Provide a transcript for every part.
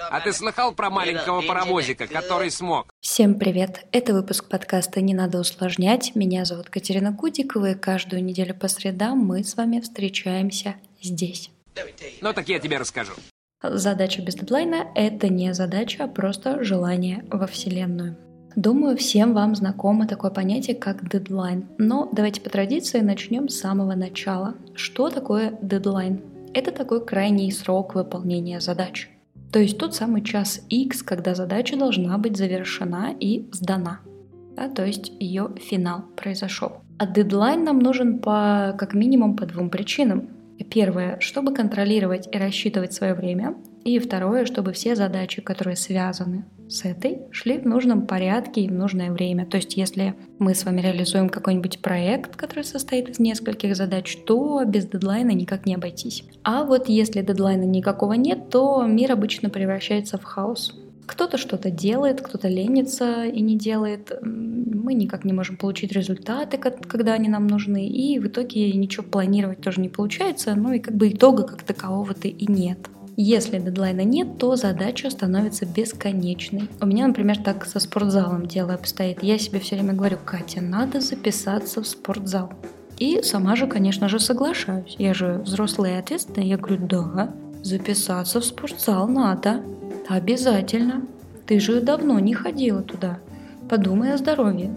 А ты слыхал про маленького паровозика, который смог? Всем привет! Это выпуск подкаста «Не надо усложнять». Меня зовут Катерина Кудикова, и каждую неделю по средам мы с вами встречаемся здесь. Ну так я тебе расскажу. Задача без дедлайна — это не задача, а просто желание во Вселенную. Думаю, всем вам знакомо такое понятие, как дедлайн. Но давайте по традиции начнем с самого начала. Что такое дедлайн? Это такой крайний срок выполнения задач. То есть тот самый час X, когда задача должна быть завершена и сдана. Да, то есть ее финал произошел. А дедлайн нам нужен как минимум по двум причинам. Первое, чтобы контролировать и рассчитывать свое время. И второе, чтобы все задачи, которые связаны с этой, шли в нужном порядке и в нужное время. То есть если мы с вами реализуем какой-нибудь проект, который состоит из нескольких задач, то без дедлайна никак не обойтись. А вот если дедлайна никакого нет, то мир обычно превращается в хаос. Кто-то что-то делает, кто-то ленится и не делает. Мы никак не можем получить результаты, когда они нам нужны. И в итоге ничего планировать тоже не получается. Ну и как бы итога как такового-то и нет. Если дедлайна нет, то задача становится бесконечной. У меня, например, так со спортзалом дело обстоит. Я себе все время говорю: Катя, надо записаться в спортзал. И сама же, конечно же, соглашаюсь. Я же взрослая и ответственная. Я говорю: да, записаться в спортзал надо. Обязательно. Ты же давно не ходила туда. Подумай о здоровье.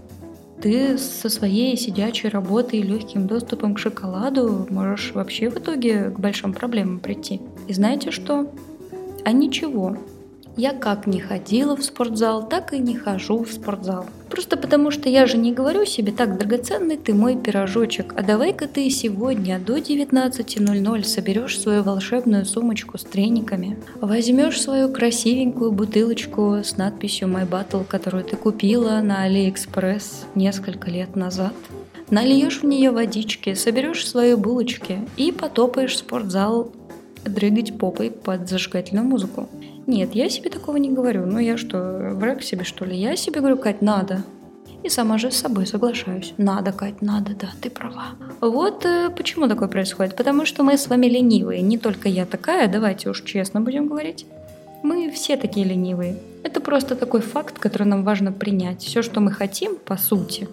Ты со своей сидячей работой и легким доступом к шоколаду можешь вообще в итоге к большим проблемам прийти. И знаете что? А ничего. Я как не ходила в спортзал, так и не хожу в спортзал. Просто потому, что я же не говорю себе: так, драгоценный ты мой пирожочек, а давай-ка ты сегодня до 19:00 соберешь свою волшебную сумочку с трениками, возьмешь свою красивенькую бутылочку с надписью My Bottle, которую ты купила на AliExpress несколько лет назад, нальешь в нее водички, соберешь свои булочки и потопаешь в спортзал дрыгать попой под зажигательную музыку. Нет, я себе такого не говорю. Ну я что, враг себе что ли? Я себе говорю: Кать, надо. И сама же с собой соглашаюсь. Надо, Кать, надо, да, ты права. Вот почему такое происходит. Потому что мы с вами ленивые. Не только я такая, давайте уж честно будем говорить. Мы все такие ленивые. Это просто такой факт, который нам важно принять. Все, что мы хотим, по сути,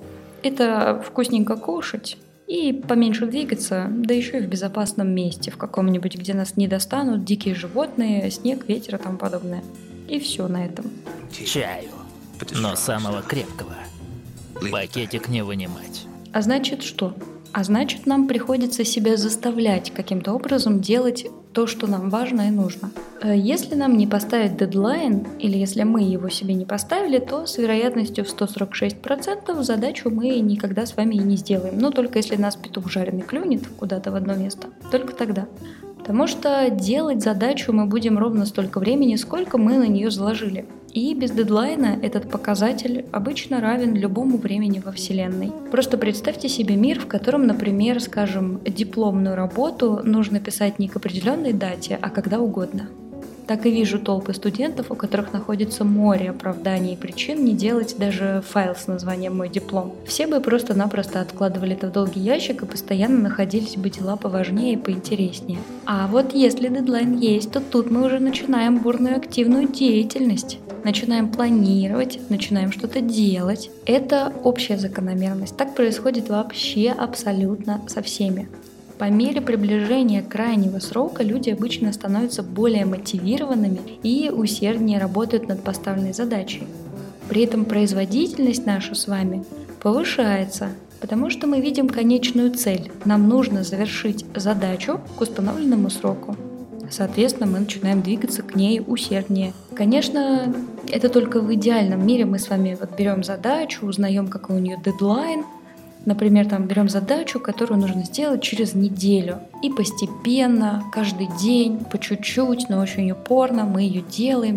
это вкусненько кушать и поменьше двигаться, да еще и в безопасном месте, в каком-нибудь, где нас не достанут дикие животные, снег, ветер и тому подобное. И все на этом. Чаю, но самого крепкого. Пакетик не вынимать. А значит что? А значит, нам приходится себя заставлять каким-то образом делать то, что нам важно и нужно. Если нам не поставить дедлайн, или если мы его себе не поставили, то с вероятностью в 146% задачу мы никогда с вами и не сделаем. Но только если нас петух жареный клюнет куда-то в одно место, только тогда. Потому что делать задачу мы будем ровно столько времени, сколько мы на нее заложили. И без дедлайна этот показатель обычно равен любому времени во Вселенной. Просто представьте себе мир, в котором, например, скажем, дипломную работу нужно писать не к определенной дате, а когда угодно. Так и вижу толпы студентов, у которых находится море оправданий и причин не делать даже файл с названием «Мой диплом». Все бы просто-напросто откладывали это в долгий ящик и постоянно находились бы дела поважнее и поинтереснее. А вот если дедлайн есть, то тут мы уже начинаем бурную активную деятельность. Начинаем планировать, начинаем что-то делать. Это общая закономерность. Так происходит вообще абсолютно со всеми. По мере приближения крайнего срока люди обычно становятся более мотивированными и усерднее работают над поставленной задачей. При этом производительность наша с вами повышается, потому что мы видим конечную цель. Нам нужно завершить задачу к установленному сроку. Соответственно, мы начинаем двигаться к ней усерднее. Конечно, это только в идеальном мире. Мы с вами берем задачу, узнаем, какой у нее дедлайн. Например, берем задачу, которую нужно сделать через неделю. И постепенно, каждый день, по чуть-чуть, но очень упорно мы ее делаем.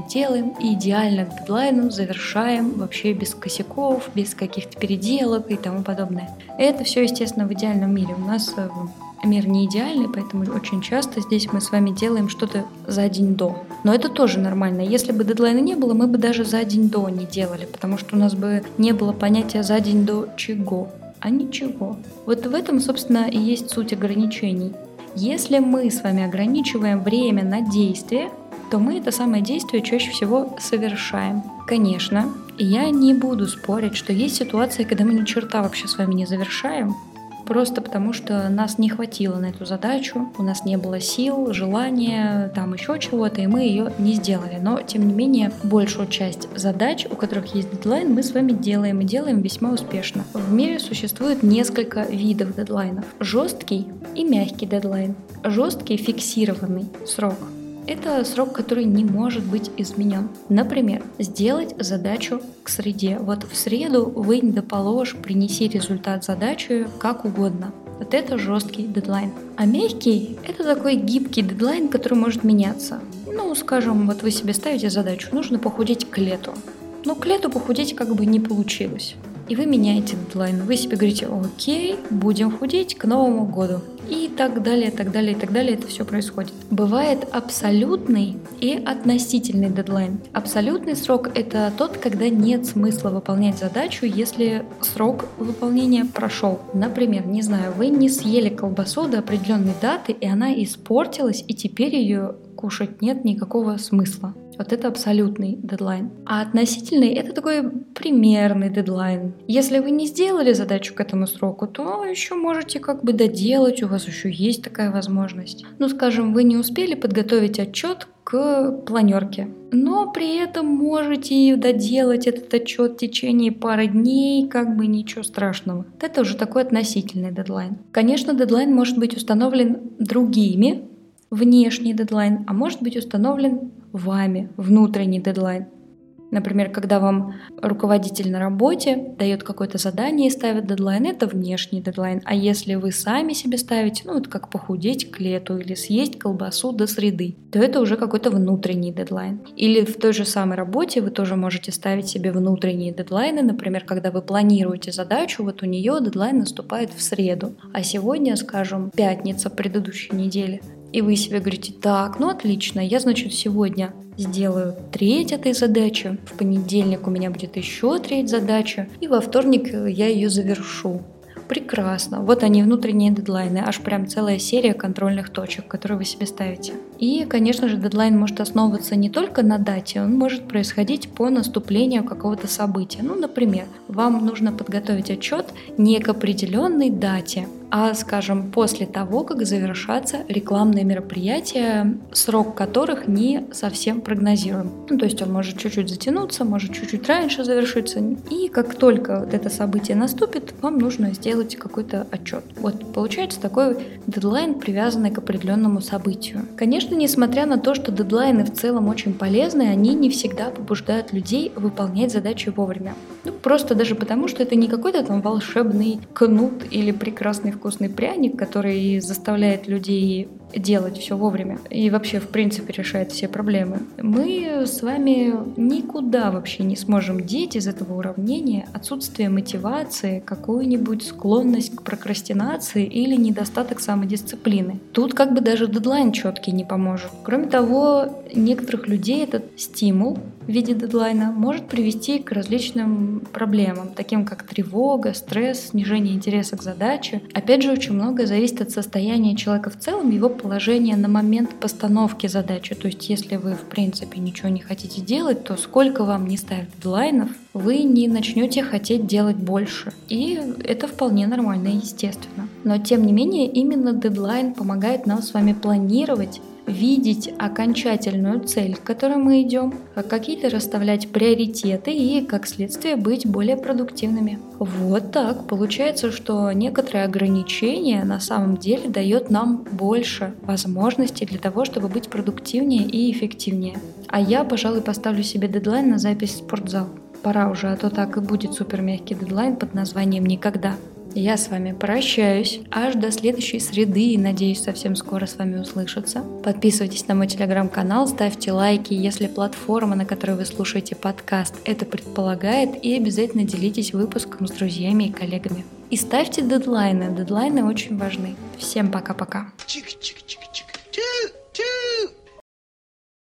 И идеально к дедлайну завершаем вообще без косяков, без каких-то переделок и тому подобное. Это все, естественно, в идеальном мире. У нас мир не идеальный, поэтому очень часто здесь мы с вами делаем что-то за день до. Но это тоже нормально. Если бы дедлайна не было, мы бы даже за день до не делали, потому что у нас бы не было понятия за день до чего, а ничего. Вот в этом, собственно, и есть суть ограничений. Если мы с вами ограничиваем время на действие, то мы это самое действие чаще всего совершаем. Конечно, я не буду спорить, что есть ситуации, когда мы ни черта вообще с вами не завершаем, просто потому что нас не хватило на эту задачу, у нас не было сил, желания, там еще чего-то, и мы ее не сделали. Но, тем не менее, большую часть задач, у которых есть дедлайн, мы с вами делаем, и делаем весьма успешно. В мире существует несколько видов дедлайнов. Жесткий и мягкий дедлайн. Жесткий фиксированный срок. Это срок, который не может быть изменен. Например, сделать задачу к среде. Вот в среду вынь да положь, принеси результат задачи как угодно. Вот это жесткий дедлайн. А мягкий – это такой гибкий дедлайн, который может меняться. Ну, скажем, вот вы себе ставите задачу, нужно похудеть к лету. Но к лету похудеть как бы не получилось. И вы меняете дедлайн. Вы себе говорите: окей, будем худеть к Новому году. И так далее, так далее, и так далее. Это все происходит. Бывает абсолютный и относительный дедлайн. Абсолютный срок – это тот, когда нет смысла выполнять задачу, если срок выполнения прошел. Например, не знаю, вы не съели колбасу до определенной даты, и она испортилась, и теперь ее кушать нет никакого смысла. Вот это абсолютный дедлайн. А относительный – это такой примерный дедлайн. Если вы не сделали задачу к этому сроку, то еще можете как бы доделать, у вас еще есть такая возможность. Ну, скажем, вы не успели подготовить отчет к планерке, но при этом можете доделать этот отчет в течение пары дней, как бы ничего страшного. Это уже такой относительный дедлайн. Конечно, дедлайн может быть установлен другими, внешний дедлайн, а может быть установлен вами, внутренний дедлайн. Например, когда вам руководитель на работе дает какое-то задание и ставит дедлайн, это внешний дедлайн. А если вы сами себе ставите, ну вот как похудеть к лету или съесть колбасу до среды, то это уже какой-то внутренний дедлайн. Или в той же самой работе вы тоже можете ставить себе внутренние дедлайны. Например, когда вы планируете задачу, вот у нее дедлайн наступает в среду, а сегодня, скажем, пятница предыдущей недели. И вы себе говорите: так, ну отлично, я, значит, сегодня сделаю треть этой задачи, в понедельник у меня будет еще треть задачи, и во вторник я ее завершу. Прекрасно. Вот они, внутренние дедлайны, аж прям целая серия контрольных точек, которые вы себе ставите. И, конечно же, дедлайн может основываться не только на дате, он может происходить по наступлению какого-то события. Ну, например, вам нужно подготовить отчет не к определенной дате, а, скажем, после того, как завершатся рекламные мероприятия, срок которых не совсем прогнозируем. Ну, то есть он может чуть-чуть затянуться, может чуть-чуть раньше завершиться. И как только вот это событие наступит, вам нужно сделать какой-то отчет. Вот получается такой дедлайн, привязанный к определенному событию. Конечно, несмотря на то, что дедлайны в целом очень полезны, они не всегда побуждают людей выполнять задачи вовремя. Ну, просто даже потому, что это не какой-то там волшебный кнут или прекрасный вкусный пряник, который заставляет людей делать все вовремя и вообще, в принципе, решает все проблемы. Мы с вами никуда вообще не сможем деть из этого уравнения отсутствие мотивации, какую-нибудь склонность к прокрастинации или недостаток самодисциплины. Тут как бы даже дедлайн четкий не поможет. Кроме того, некоторых людей этот стимул в виде дедлайна может привести к различным проблемам, таким как тревога, стресс, снижение интереса к задаче. Опять же, очень многое зависит от состояния человека в целом, его положения на момент постановки задачи. То есть, если вы, в принципе, ничего не хотите делать, то сколько вам не ставят дедлайнов, вы не начнете хотеть делать больше. И это вполне нормально и естественно. Но, тем не менее, именно дедлайн помогает нам с вами планировать, видеть окончательную цель, к которой мы идем, какие-то расставлять приоритеты и, как следствие, быть более продуктивными. Вот так. Получается, что некоторые ограничения на самом деле дает нам больше возможностей для того, чтобы быть продуктивнее и эффективнее. А я, пожалуй, поставлю себе дедлайн на запись в спортзал. Пора уже, а то так и будет супер мягкий дедлайн под названием «Никогда». Я с вами прощаюсь аж до следующей среды и надеюсь совсем скоро с вами услышаться. Подписывайтесь на мой телеграм-канал, ставьте лайки, если платформа, на которой вы слушаете подкаст, это предполагает, и обязательно делитесь выпуском с друзьями и коллегами. И ставьте дедлайны, дедлайны очень важны. Всем пока-пока. Чик-чик-чик.